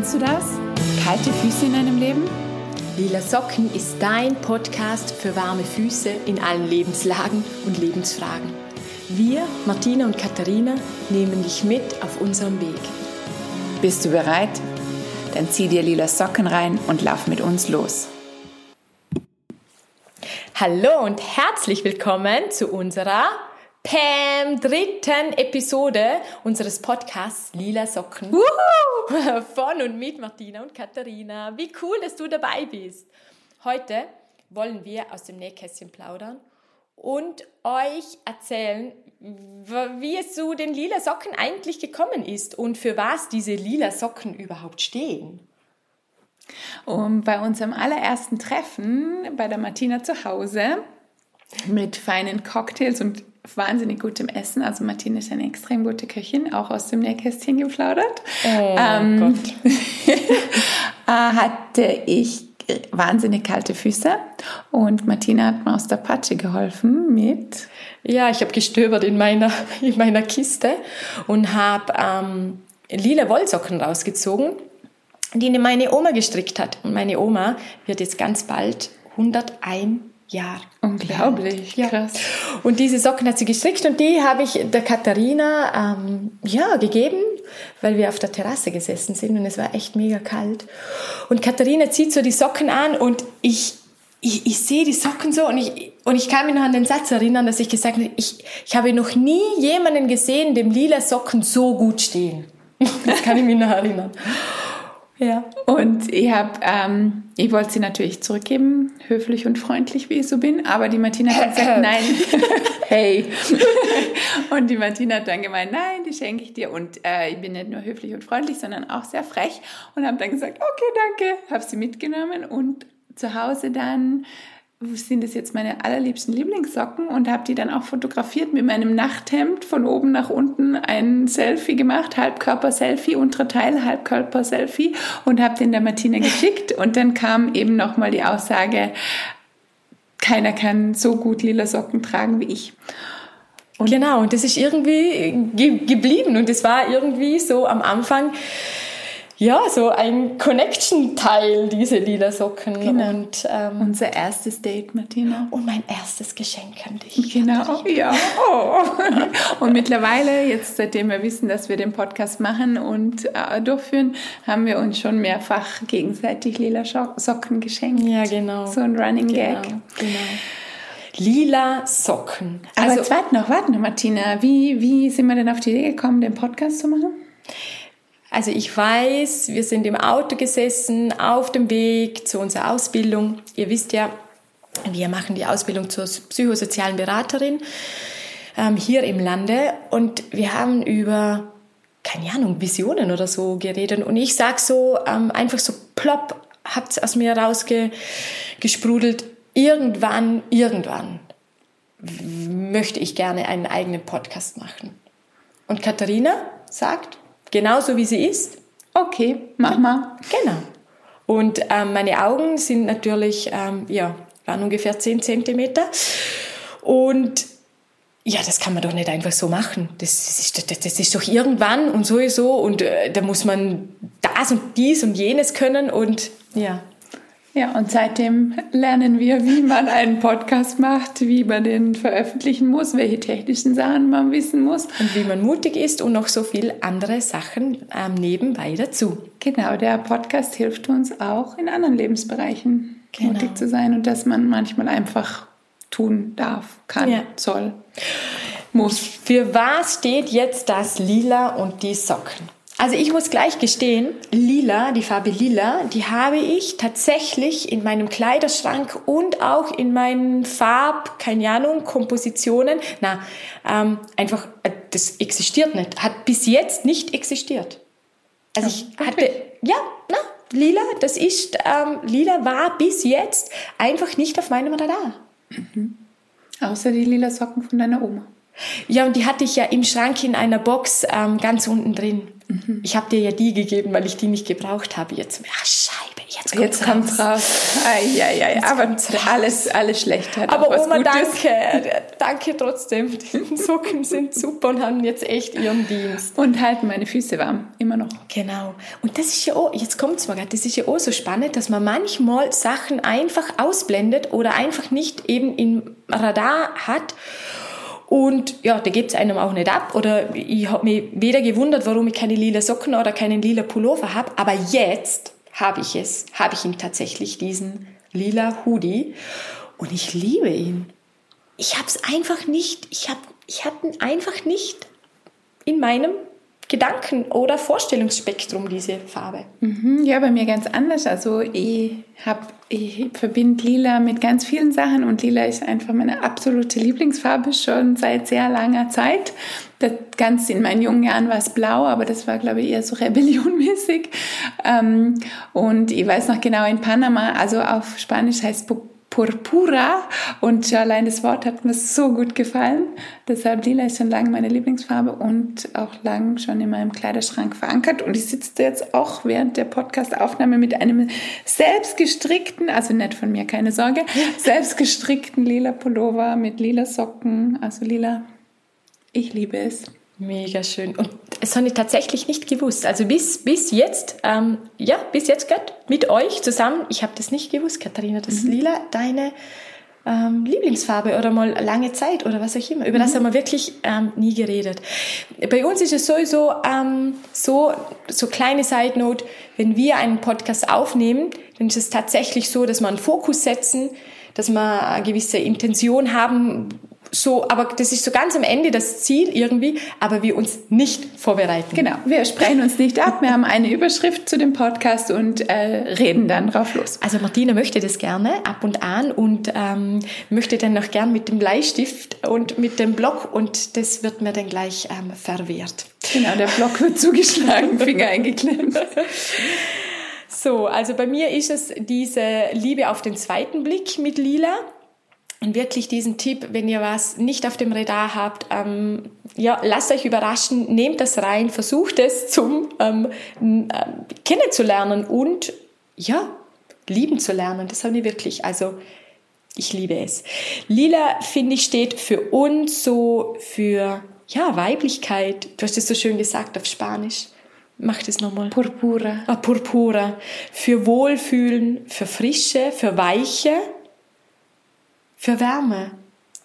Kennst du das? Kalte Füße in einem Leben? Lila Socken ist dein Podcast für warme Füße in allen Lebenslagen und Lebensfragen. Wir, Martina und Katharina, nehmen dich mit auf unserem Weg. Bist du bereit? Dann zieh dir lila Socken rein und lauf mit uns los. Hallo und herzlich willkommen zu unserer dritten Episode unseres Podcasts Lila Socken. Von und mit Martina und Katharina. Wie cool, dass du dabei bist. Heute wollen wir aus dem Nähkästchen plaudern und euch erzählen, wie es zu den lila Socken eigentlich gekommen ist und für was diese lila Socken überhaupt stehen. Und bei unserem allerersten Treffen bei der Martina zu Hause mit feinen Cocktails und wahnsinnig gutem Essen. Also Martina ist eine extrem gute Köchin, auch aus dem Nähkästchen geplaudert. Gott. Hatte ich wahnsinnig kalte Füße und Martina hat mir aus der Patsche geholfen mit... Ja, ich habe gestöbert in meiner Kiste und habe lila Wollsocken rausgezogen, die meine Oma gestrickt hat. Und meine Oma wird jetzt ganz bald 101 Jahre. Unglaublich, ja. Krass. Und diese Socken hat sie gestrickt und die habe ich der Katharina gegeben, weil wir auf der Terrasse gesessen sind und es war echt mega kalt. Und Katharina zieht so die Socken an und ich sehe die Socken so und ich kann mich noch an den Satz erinnern, dass ich gesagt habe, ich habe noch nie jemanden gesehen, dem lila Socken so gut stehen. Das kann ich mich noch erinnern. Ja. Und ich wollte sie natürlich zurückgeben, höflich und freundlich, wie ich so bin, aber die Martina hat gesagt, nein, hey. Und die Martina hat dann gemeint, nein, die schenke ich dir. Und ich bin nicht nur höflich und freundlich, sondern auch sehr frech und habe dann gesagt, okay, danke, habe sie mitgenommen und zu Hause dann sind es jetzt meine allerliebsten Lieblingssocken und habe die dann auch fotografiert mit meinem Nachthemd von oben nach unten ein Selfie gemacht, Halbkörper-Selfie, unterer Teil, Halbkörper-Selfie und habe den der Martina geschickt und dann kam eben nochmal die Aussage, keiner kann so gut lila Socken tragen wie ich. Und genau, und das ist irgendwie geblieben und es war irgendwie so am Anfang so ein Connection-Teil, diese lila Socken. Genau. Und, unser erstes Date, Martina. Und mein erstes Geschenk an dich. Genau, ja. Oh. Und mittlerweile, jetzt seitdem wir wissen, dass wir den Podcast machen und durchführen, haben wir uns schon mehrfach gegenseitig lila Socken geschenkt. Ja, genau. So ein Running Gag. Genau. Lila Socken. Aber jetzt warte noch, Martina. Wie sind wir denn auf die Idee gekommen, den Podcast zu machen? Also ich weiß, wir sind im Auto gesessen, auf dem Weg zu unserer Ausbildung. Ihr wisst ja, wir machen die Ausbildung zur psychosozialen Beraterin hier im Lande. Und wir haben über, keine Ahnung, Visionen oder so geredet. Und ich sag so, einfach so plopp, habt's aus mir rausgesprudelt. Irgendwann möchte ich gerne einen eigenen Podcast machen. Und Katharina sagt, genauso wie sie ist. Okay, mach mal. Genau. Und meine Augen sind natürlich, waren ungefähr 10 Zentimeter. Und ja, das kann man doch nicht einfach so machen. Das ist doch irgendwann und sowieso. Und da muss man das und dies und jenes können. Und ja. Ja, und seitdem lernen wir, wie man einen Podcast macht, wie man den veröffentlichen muss, welche technischen Sachen man wissen muss. Und wie man mutig ist und noch so viel andere Sachen nebenbei dazu. Genau, der Podcast hilft uns auch in anderen Lebensbereichen mutig zu sein und dass man manchmal einfach tun darf, kann, soll, muss. Für was steht jetzt das Lila und die Socken? Also ich muss gleich gestehen, Lila, die Farbe Lila, die habe ich tatsächlich in meinem Kleiderschrank und auch in meinen Kompositionen. Einfach, das existiert nicht, hat bis jetzt nicht existiert. Also ich hatte, Lila, das ist, Lila war bis jetzt einfach nicht auf meinem Radar. Mhm. Außer die lila Socken von deiner Oma. Ja, und die hatte ich ja im Schrank in einer Box ganz unten drin. Mhm. Ich habe dir ja die gegeben, weil ich die nicht gebraucht habe. Jetzt, Scheibe, ich Jetzt kommt's raus. Aber alles schlecht hat. Aber Oma, danke trotzdem. Die Socken sind super und haben jetzt echt ihren Dienst. Und halten meine Füße warm, immer noch. Genau. Und das ist ja auch, jetzt kommt's mal, das ist ja auch so spannend, dass man manchmal Sachen einfach ausblendet oder einfach nicht eben im Radar hat. Und ja, da gibt's einem auch nicht ab. Oder ich habe mich weder gewundert, warum ich keine lila Socken oder keinen lila Pullover habe. Aber jetzt habe ich ihn tatsächlich, diesen lila Hoodie. Und ich liebe ihn. Ich habe ihn einfach nicht in meinem Gedanken- oder Vorstellungsspektrum, diese Farbe. Ja, bei mir ganz anders. Also ich verbinde Lila mit ganz vielen Sachen und Lila ist einfach meine absolute Lieblingsfarbe schon seit sehr langer Zeit. Ganz in meinen jungen Jahren war es blau, aber das war, glaube ich, eher so rebellionmäßig. Und ich weiß noch genau, in Panama, also auf Spanisch heißt Purpura und schon allein das Wort hat mir so gut gefallen. Deshalb Lila ist schon lange meine Lieblingsfarbe und auch lang schon in meinem Kleiderschrank verankert. Und ich sitze jetzt auch während der Podcast-Aufnahme mit einem selbstgestrickten, also nicht von mir, keine Sorge, selbstgestrickten lila Pullover mit lila Socken, also lila. Ich liebe es. Mega schön. Und das habe ich tatsächlich nicht gewusst. Also bis jetzt, bis jetzt Gott, mit euch zusammen, ich habe das nicht gewusst, Katharina, dass Lila deine Lieblingsfarbe oder mal lange Zeit oder was auch immer. Über das haben wir wirklich nie geredet. Bei uns ist es sowieso so kleine Side Note, wenn wir einen Podcast aufnehmen, dann ist es tatsächlich so, dass wir einen Fokus setzen, dass wir eine gewisse Intention haben, so, aber das ist so ganz am Ende das Ziel irgendwie, aber wir uns nicht vorbereiten. Genau, wir sprechen uns nicht ab, wir haben eine Überschrift zu dem Podcast und reden dann drauf los. Also Martina möchte das gerne ab und an und möchte dann noch gern mit dem Bleistift und mit dem Block und das wird mir dann gleich verwehrt. Genau, der Block wird zugeschlagen, Finger eingeklemmt. So, also bei mir ist es diese Liebe auf den zweiten Blick mit Lila. Und wirklich diesen Tipp, wenn ihr was nicht auf dem Radar habt, lasst euch überraschen, nehmt das rein, versucht es zum kennenzulernen und lieben zu lernen. Das habe ich wirklich, also ich liebe es. Lila, finde ich, steht für uns so für Weiblichkeit. Du hast es so schön gesagt auf Spanisch. Mach das nochmal. Purpura. Purpura. Für Wohlfühlen, für Frische, für Weiche. Für Wärme.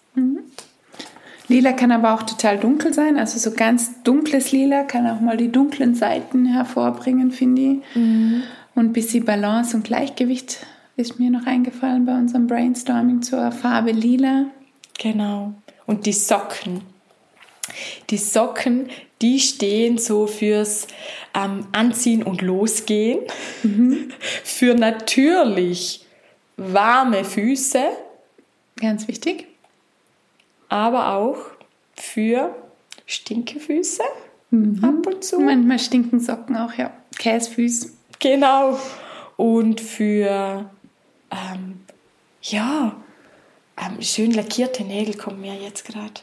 Lila kann aber auch total dunkel sein, also so ganz dunkles Lila kann auch mal die dunklen Seiten hervorbringen, finde ich. Und ein bisschen Balance und Gleichgewicht ist mir noch eingefallen bei unserem Brainstorming zur Farbe Lila. Genau. Und die Socken. Die Socken, die stehen so fürs Anziehen und Losgehen, für natürlich warme Füße. Ganz wichtig. Aber auch für Stinkefüße ab und zu. Manchmal stinken Socken auch, ja. Käsefüß. Genau. Und für, schön lackierte Nägel kommen mir jetzt gerade.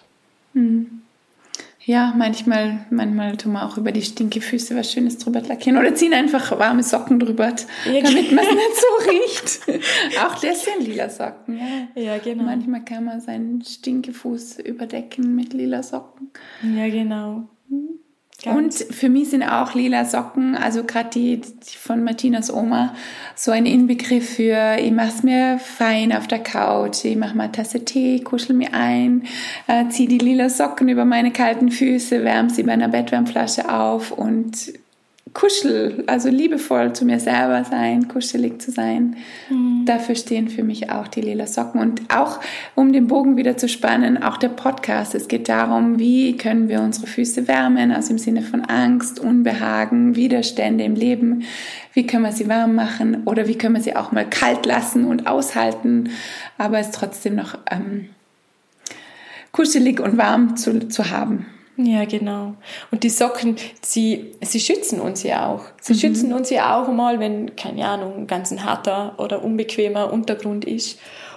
Ja, manchmal tun wir auch über die Stinkefüße was Schönes drüber lackieren oder ziehen einfach warme Socken drüber, damit man es nicht so riecht. Auch das sind lila Socken. Ja, genau. Manchmal kann man seinen Stinkefuß überdecken mit lila Socken. Ja, genau. Und für mich sind auch lila Socken, also gerade die von Martinas Oma, so ein Inbegriff für, ich mache es mir fein auf der Couch, ich mache mal eine Tasse Tee, kuschel mir ein, ziehe die lila Socken über meine kalten Füße, wärme sie bei einer Bettwärmflasche auf und kuschel, also liebevoll zu mir selber sein, kuschelig zu sein. Dafür stehen für mich auch die lila Socken. Und auch, um den Bogen wieder zu spannen, auch der Podcast. Es geht darum, wie können wir unsere Füße wärmen, also im Sinne von Angst, Unbehagen, Widerstände im Leben. Wie können wir sie warm machen oder wie können wir sie auch mal kalt lassen und aushalten, aber es trotzdem noch kuschelig und warm zu haben. Ja, genau. Und die Socken, sie schützen uns ja auch. Sie schützen uns ja auch mal, wenn, keine Ahnung, ganz ein harter oder unbequemer Untergrund ist.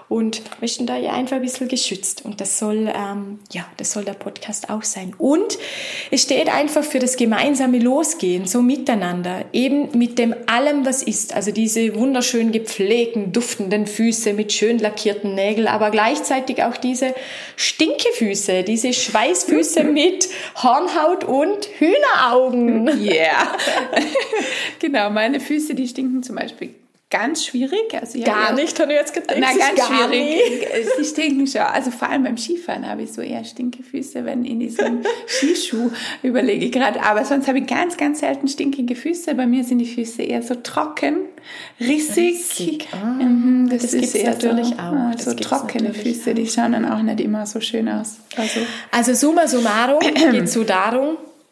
und möchten da ja einfach ein bisschen geschützt. Und das soll der Podcast auch sein. Und es steht einfach für das gemeinsame Losgehen, so miteinander, eben mit dem allem, was ist. Also diese wunderschön gepflegten, duftenden Füße mit schön lackierten Nägeln, aber gleichzeitig auch diese Stinkefüße, diese Schweißfüße mit Hornhaut und Hühneraugen. Yeah. Genau, meine Füße, die stinken zum Beispiel ganz schwierig. Also gar nicht, habe ich jetzt gedacht. Na, ganz schwierig. Sie stinken schon. Also vor allem beim Skifahren habe ich so eher Stinkefüße, wenn in diesem Skischuh überlege ich gerade. Aber sonst habe ich ganz, ganz selten stinkige Füße. Bei mir sind die Füße eher so trocken, rissig. Das ist eher natürlich so, auch. So trockene Füße, die schauen dann auch nicht immer so schön aus. Also summa summarum geht es so darum,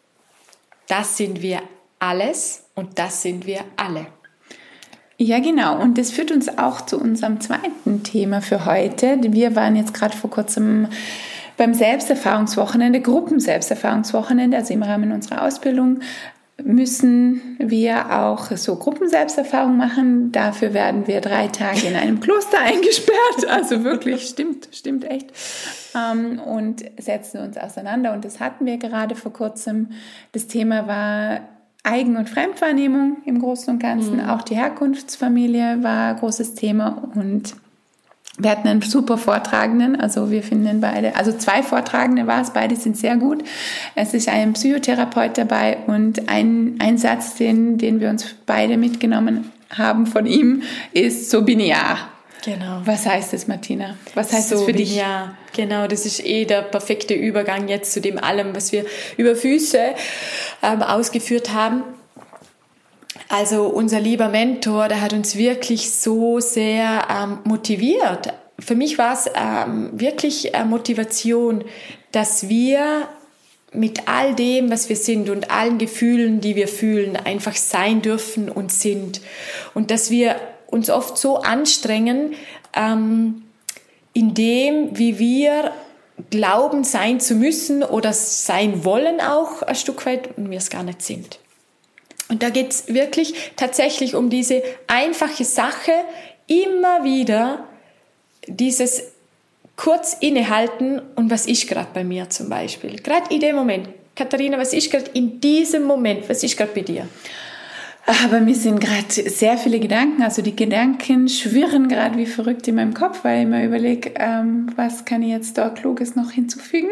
das sind wir alles und das sind wir alle. Ja, genau. Und das führt uns auch zu unserem zweiten Thema für heute. Wir waren jetzt gerade vor kurzem beim Selbsterfahrungswochenende, Gruppenselbsterfahrungswochenende, also im Rahmen unserer Ausbildung müssen wir auch so Gruppenselbsterfahrung machen. Dafür werden wir 3 Tage in einem Kloster eingesperrt. Also wirklich, stimmt echt. Und setzen uns auseinander. Und das hatten wir gerade vor kurzem. Das Thema war Eigen- und Fremdwahrnehmung im Großen und Ganzen. Auch die Herkunftsfamilie war ein großes Thema. Und wir hatten einen super Vortragenden, also wir finden beide, also 2 Vortragende war es, beide sind sehr gut. Es ist ein Psychotherapeut dabei und ein Satz, den wir uns beide mitgenommen haben von ihm, ist so bin ich ja. Genau. Was heißt das, Martina? Was heißt das für dich? Ja, genau, das ist der perfekte Übergang jetzt zu dem allem, was wir über Füße ausgeführt haben. Also unser lieber Mentor, der hat uns wirklich so sehr motiviert. Für mich war es wirklich Motivation, dass wir mit all dem, was wir sind und allen Gefühlen, die wir fühlen, einfach sein dürfen und sind. Und dass wir uns oft so anstrengen, in dem, wie wir glauben, sein zu müssen oder sein wollen auch ein Stück weit und wir es gar nicht sind. Und da geht es wirklich tatsächlich um diese einfache Sache, immer wieder dieses kurz innehalten und was ist gerade bei mir zum Beispiel. Gerade in dem Moment. Katharina, was ist gerade in diesem Moment? Was ist gerade bei dir? Aber mir sind gerade sehr viele Gedanken, also die Gedanken schwirren gerade wie verrückt in meinem Kopf, weil ich mir überlege, was kann ich jetzt da Kluges noch hinzufügen?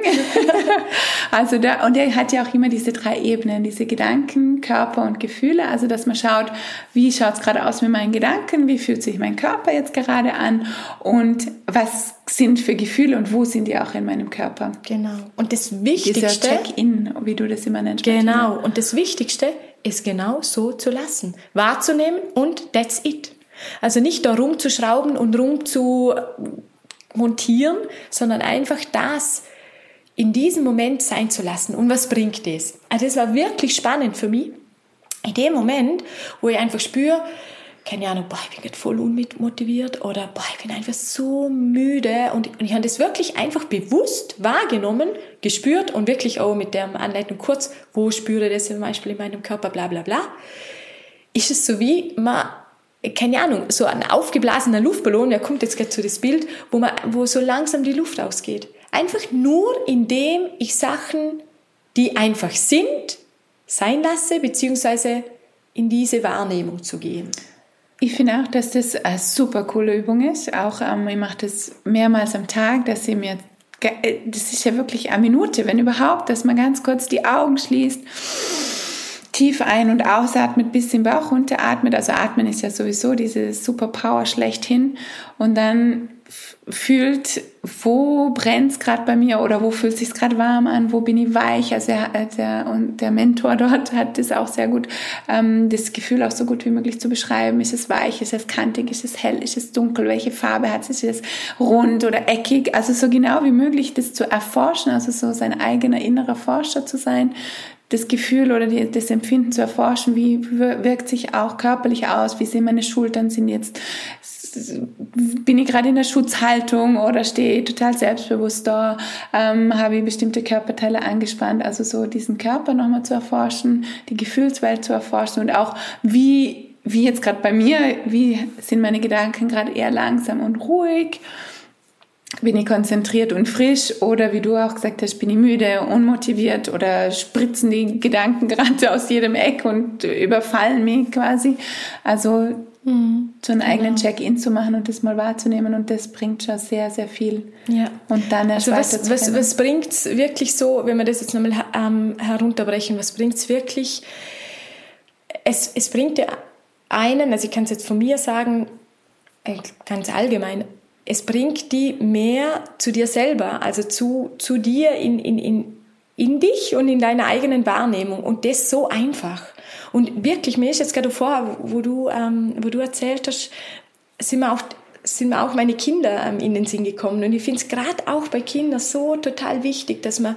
Und er hat ja auch immer diese 3 Ebenen, diese Gedanken, Körper und Gefühle, also dass man schaut, wie schaut es gerade aus mit meinen Gedanken, wie fühlt sich mein Körper jetzt gerade an und was sind für Gefühle und wo sind die auch in meinem Körper? Genau. Und das Wichtigste... Dieser Check-in, wie du das immer nennst. Genau. Und das Wichtigste ist genau so zu lassen, wahrzunehmen und that's it. Also nicht da rumzuschrauben und rum zu montieren, sondern einfach das in diesem Moment sein zu lassen. Und was bringt das? Also das war wirklich spannend für mich. In dem Moment, wo ich einfach spüre, keine Ahnung, ich bin gerade voll unmotiviert oder ich bin einfach so müde und ich habe das wirklich einfach bewusst wahrgenommen, gespürt und wirklich auch mit der Anleitung kurz, wo spüre ich das zum Beispiel in meinem Körper, bla bla bla, ist es so wie keine Ahnung, so ein aufgeblasener Luftballon, der kommt jetzt gerade zu das Bild, wo so langsam die Luft ausgeht. Einfach nur, indem ich Sachen, die einfach sind, sein lasse, beziehungsweise in diese Wahrnehmung zu gehen. Ich finde auch, dass das eine super coole Übung ist. Auch ich mache das mehrmals am Tag, das ist ja wirklich eine Minute, wenn überhaupt, dass man ganz kurz die Augen schließt, tief ein- und ausatmet, bis den Bauch runteratmet. Also atmen ist ja sowieso diese Superpower schlechthin. Und dann fühlt, wo brennt es gerade bei mir oder wo fühlt es sich gerade warm an, wo bin ich weich. Also der Mentor dort hat das auch sehr gut, das Gefühl auch so gut wie möglich zu beschreiben. Ist es weich, ist es kantig, ist es hell, ist es dunkel, welche Farbe hat es, ist es rund oder eckig. Also so genau wie möglich das zu erforschen, also so sein eigener innerer Forscher zu sein, das Gefühl oder das Empfinden zu erforschen, wie wirkt sich auch körperlich aus, wie sehen meine Schultern, bin ich gerade in der Schutzhaltung oder stehe ich total selbstbewusst da, habe ich bestimmte Körperteile angespannt, also so diesen Körper nochmal zu erforschen, die Gefühlswelt zu erforschen und auch wie jetzt gerade bei mir, wie sind meine Gedanken gerade eher langsam und ruhig bin ich konzentriert und frisch oder wie du auch gesagt hast, bin ich müde, unmotiviert oder spritzen die Gedanken gerade aus jedem Eck und überfallen mich quasi. Also so einen eigenen Check-in zu machen und das mal wahrzunehmen und das bringt schon sehr, sehr viel. Ja. Und dann erst was bringt es wirklich so, wenn wir das jetzt nochmal herunterbrechen, was bringt es wirklich? Es bringt dir einen, also ich kann es jetzt von mir sagen, ganz allgemein, es bringt die mehr zu dir selber, also zu dir in dich und in deiner eigenen Wahrnehmung und das so einfach. Und wirklich, mir ist jetzt gerade vorher, wo du erzählt hast, sind mir auch meine Kinder in den Sinn gekommen. Und ich finde es gerade auch bei Kindern so total wichtig, dass man,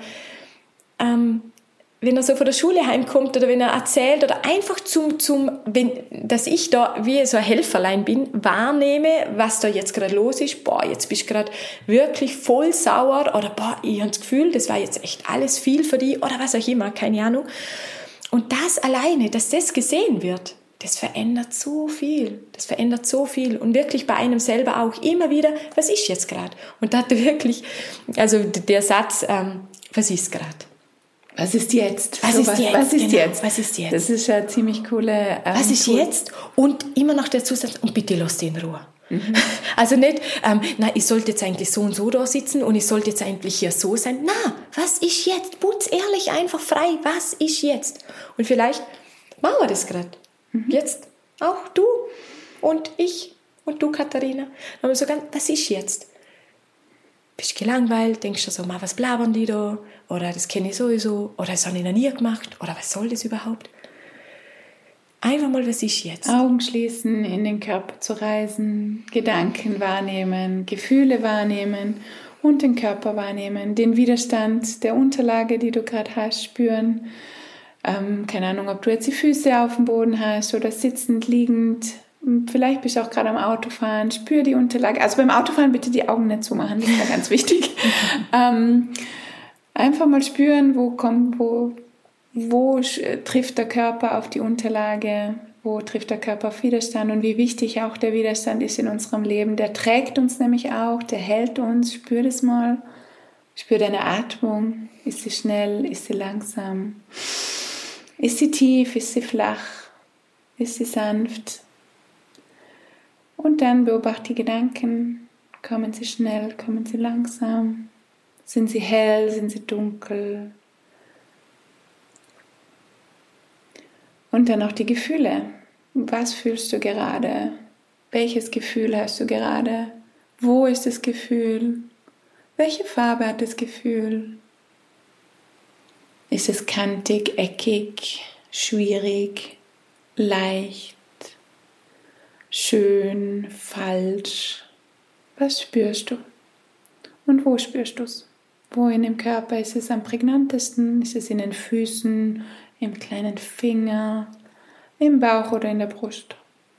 wenn er so von der Schule heimkommt oder wenn er erzählt oder einfach dass ich da wie so ein Helferlein bin, wahrnehme, was da jetzt gerade los ist. Boah, jetzt bist du gerade wirklich voll sauer oder boah, ich habe das Gefühl, das war jetzt echt alles viel für dich oder was auch immer, keine Ahnung. Und das alleine, dass das gesehen wird, das verändert so viel. Das verändert so viel. Und wirklich bei einem selber auch immer wieder, was ist jetzt gerade? Und da hat er wirklich, also der Satz, was ist gerade? Was ist jetzt? Was ist jetzt? Was ist Genau. jetzt? Was ist jetzt? Das ist eine ziemlich coole was ist jetzt? Und immer noch der Zusatz, und bitte lass die in Ruhe. Also nicht, ich sollte jetzt eigentlich so und so da sitzen und ich sollte jetzt eigentlich hier so sein. Na, was ist jetzt? Putz ehrlich, einfach frei. Was ist jetzt? Und vielleicht machen wir das gerade. Jetzt auch du und ich und du, Katharina. Aber sogar, was ist jetzt? Bist du gelangweilt? Denkst du so, was blabbern die da? Oder das kenne ich sowieso? Oder das habe ich noch nie gemacht? Oder was soll das überhaupt? Einfach mal, was ist jetzt? Augen schließen, in den Körper zu reisen, Gedanken wahrnehmen, Gefühle wahrnehmen und den Körper wahrnehmen, den Widerstand der Unterlage, die du gerade hast, spüren. Keine Ahnung, ob du jetzt die Füße auf dem Boden hast oder sitzend, liegend. Vielleicht bist du auch gerade am Autofahren, spür die Unterlage. Also beim Autofahren bitte die Augen nicht zumachen, das ist ja ganz wichtig. Einfach mal spüren, wo trifft der Körper auf die Unterlage, wo trifft der Körper auf Widerstand und wie wichtig auch der Widerstand ist in unserem Leben. Der trägt uns nämlich auch, der hält uns. Spür das mal. Spür deine Atmung. Ist sie schnell? Ist sie langsam? Ist sie tief? Ist sie flach? Ist sie sanft? Und dann beobachte die Gedanken. Kommen sie schnell? Kommen sie langsam? Sind sie hell? Sind sie dunkel? Und dann auch die Gefühle. Was fühlst du gerade? Welches Gefühl hast du gerade? Wo ist das Gefühl? Welche Farbe hat das Gefühl? Ist es kantig, eckig, schwierig, leicht, schön, falsch? Was spürst du? Und wo spürst du es? Wo in dem Körper ist es am prägnantesten? Ist es in den Füßen, im kleinen Finger, im Bauch oder in der Brust?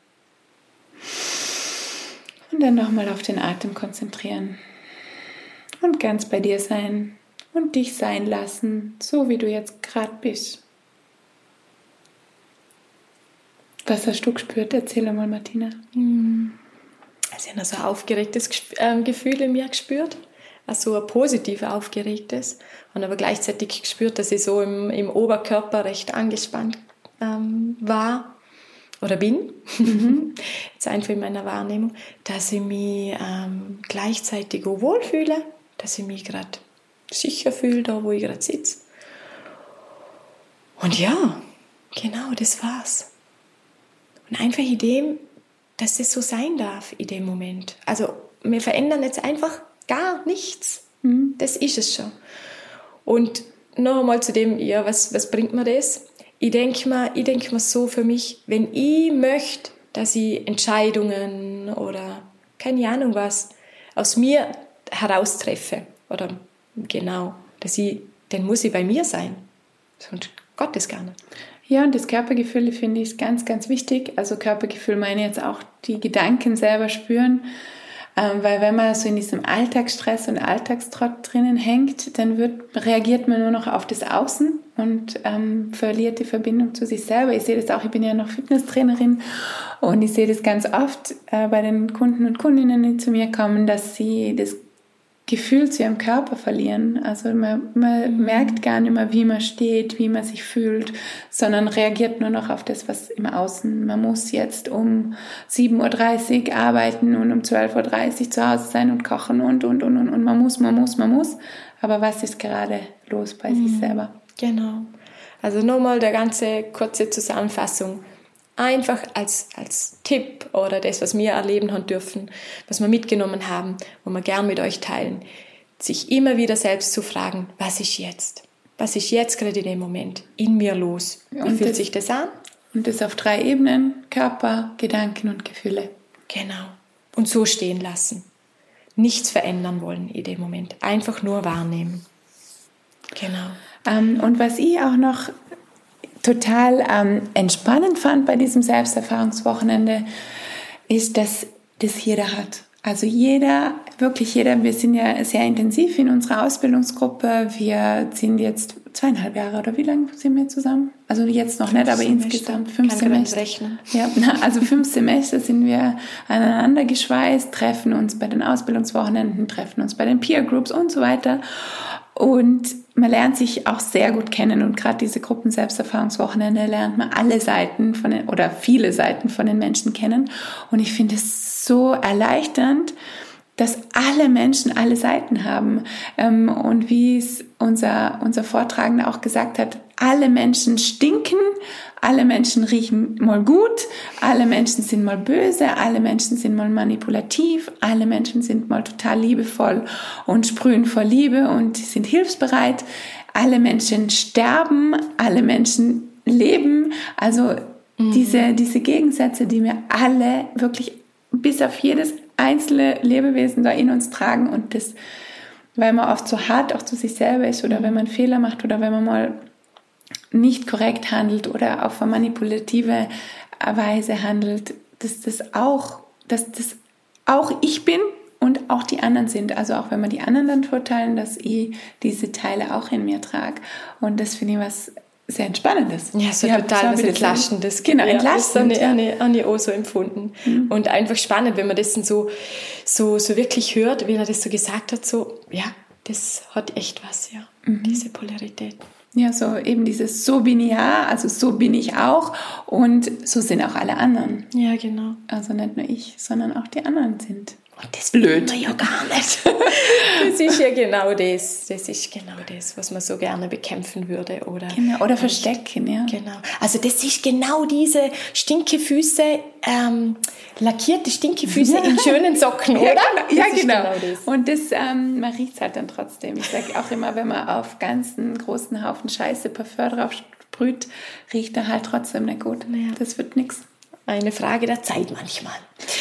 Und dann nochmal auf den Atem konzentrieren und ganz bei dir sein und dich sein lassen, so wie du jetzt gerade bist. Was hast du gespürt? Erzähl mal, Martina. Also ich habe so ein aufgeregtes Gefühl in mir gespürt. Also ein positiv aufgeregtes. Und aber gleichzeitig gespürt, dass ich so im Oberkörper recht angespannt war oder bin. Jetzt einfach in meiner Wahrnehmung, dass ich mich gleichzeitig auch wohlfühle, dass ich mich gerade sicher fühle, da wo ich gerade sitze. Und ja, genau, das war's. Und einfach in dem, dass es so sein darf in dem Moment. Also wir verändern jetzt einfach gar nichts. Das ist es schon. Und noch einmal zu dem, ja, was bringt mir das? Ich denke mir so für mich, wenn ich möchte, dass ich Entscheidungen oder keine Ahnung was aus mir heraustreffe, oder genau, dann muss ich bei mir sein. Sonst Gott das gar nicht. Ja, und das Körpergefühl finde ich ganz, ganz wichtig. Also Körpergefühl meine ich jetzt auch die Gedanken selber spüren. Weil wenn man so in diesem Alltagsstress und Alltagstrott drinnen hängt, dann reagiert man nur noch auf das Außen und verliert die Verbindung zu sich selber. Ich sehe das auch, ich bin ja noch Fitnesstrainerin und ich sehe das ganz oft bei den Kunden und Kundinnen, die zu mir kommen, dass sie das Gefühl zu ihrem Körper verlieren. Also man merkt gar nicht mehr, wie man steht, wie man sich fühlt, sondern reagiert nur noch auf das, was im Außen. Man muss jetzt um 7:30 Uhr arbeiten und um 12:30 Uhr zu Hause sein und kochen und man muss. Aber was ist gerade los bei sich selber? Genau. Also nochmal der ganze kurze Zusammenfassung. Einfach als Tipp oder das, was wir erleben haben dürfen, was wir mitgenommen haben, wo wir gern mit euch teilen, sich immer wieder selbst zu fragen, was ist jetzt? Was ist jetzt gerade in dem Moment in mir los? Wie fühlt sich das an? Und das auf 3 Ebenen, Körper, Gedanken und Gefühle. Genau. Und so stehen lassen. Nichts verändern wollen in dem Moment. Einfach nur wahrnehmen. Genau. Und was ich auch noch total entspannend fand bei diesem Selbsterfahrungswochenende, ist, dass das jeder hat. Also wirklich jeder, wir sind ja sehr intensiv in unserer Ausbildungsgruppe. Wir sind jetzt 2,5 Jahre oder wie lange sind wir zusammen? Also jetzt noch nicht, aber insgesamt 5 Semester. Ja, also 5 Semester sind wir aneinander geschweißt, treffen uns bei den Ausbildungswochenenden, treffen uns bei den Peer Groups und so weiter. Und man lernt sich auch sehr gut kennen und gerade diese Gruppen-Selbsterfahrungswochenende lernt man alle Seiten oder viele Seiten von den Menschen kennen. Und ich finde es so erleichternd, dass alle Menschen alle Seiten haben. Und wie es unser Vortragender auch gesagt hat, alle Menschen stinken, alle Menschen riechen mal gut, alle Menschen sind mal böse, alle Menschen sind mal manipulativ, alle Menschen sind mal total liebevoll und sprühen vor Liebe und sind hilfsbereit, alle Menschen sterben, alle Menschen leben. Also diese Gegensätze, die wir alle wirklich bis auf jedes einzelne Lebewesen da in uns tragen und das, weil man oft so hart auch zu sich selber ist oder wenn man Fehler macht oder wenn man mal nicht korrekt handelt oder auf eine manipulative Weise handelt, dass das auch ich bin und auch die anderen sind. Also auch wenn wir die anderen dann verurteilen, dass ich diese Teile auch in mir trage. Und das finde ich was sehr Entspannendes. Ja, so total was Entlastendes. Genau, entlastend. Das habe ich auch so empfunden. Und einfach spannend, wenn man das dann so wirklich hört, wie er das so gesagt hat, so, ja, das hat echt was, ja, diese Polarität. Ja, so eben dieses so bin ich ja, also so bin ich auch und so sind auch alle anderen. Ja, genau. Also nicht nur ich, sondern auch die anderen sind. Und das blöd. Man ja gar nicht. Das ist ja genau das. Das ist genau das, was man so gerne bekämpfen würde. Oder verstecken, ja. Genau. Also das ist genau diese Stinkefüße, lackierte Stinkefüße in schönen Socken, oder? Ja, genau. Das. Und das, man riecht es halt dann trotzdem. Ich sage auch immer, wenn man auf ganzen großen Haufen Scheiße Parfum drauf sprüht, riecht er halt trotzdem nicht gut. Ja. Das wird nichts. Eine Frage der Zeit manchmal.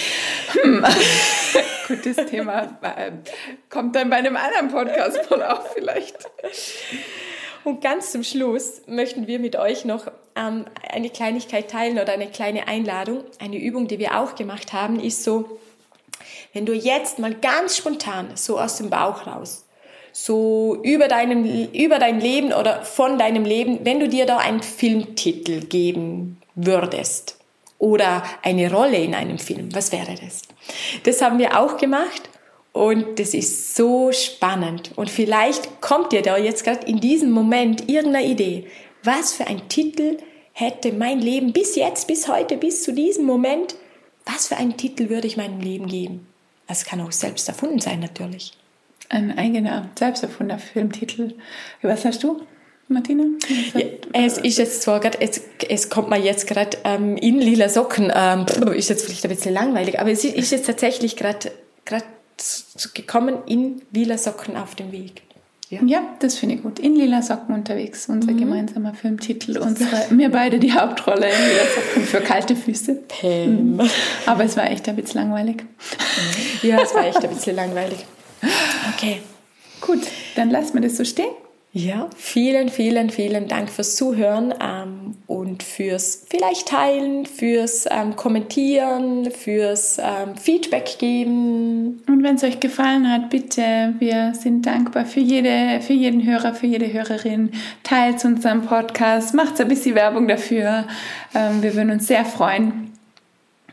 Gut, das Thema kommt dann bei einem anderen Podcast von auch vielleicht. Und ganz zum Schluss möchten wir mit euch noch eine Kleinigkeit teilen oder eine kleine Einladung. Eine Übung, die wir auch gemacht haben, ist so, wenn du jetzt mal ganz spontan so aus dem Bauch raus, so über dein Leben oder von deinem Leben, wenn du dir da einen Filmtitel geben würdest, oder eine Rolle in einem Film. Was wäre das? Das haben wir auch gemacht und das ist so spannend. Und vielleicht kommt dir da jetzt gerade in diesem Moment irgendeine Idee. Was für ein Titel hätte mein Leben bis jetzt, bis heute, bis zu diesem Moment, was für einen Titel würde ich meinem Leben geben? Das kann auch selbst erfunden sein natürlich. Ein eigener, selbst erfundener Filmtitel. Was hast du? Martina? Ja, es ist jetzt zwar gerade, es kommt mir jetzt gerade in lila Socken, ist jetzt vielleicht ein bisschen langweilig, aber es ist jetzt tatsächlich gerade gekommen in lila Socken auf dem Weg. Ja, das finde ich gut. In lila Socken unterwegs, unser gemeinsamer Filmtitel, wir beide die Hauptrolle in lila Socken für kalte Füße. Aber es war echt ein bisschen langweilig. Ja, es war echt ein bisschen langweilig. Okay. Gut, dann lassen wir das so stehen. Ja, vielen, vielen, vielen Dank fürs Zuhören und fürs vielleicht Teilen, fürs Kommentieren, fürs Feedback geben. Und wenn es euch gefallen hat, bitte, wir sind dankbar für jeden Hörer, für jede Hörerin. Teilt unseren Podcast, macht ein bisschen Werbung dafür. Wir würden uns sehr freuen.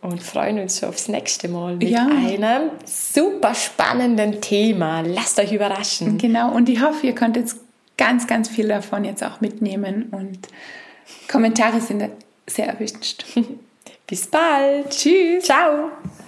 und freuen uns schon aufs nächste Mal mit Ja. einem super spannenden Thema. Lasst euch überraschen. Genau, und ich hoffe, ihr könnt jetzt ganz, ganz viel davon jetzt auch mitnehmen und Kommentare sind sehr erwünscht. Bis bald. Tschüss. Ciao.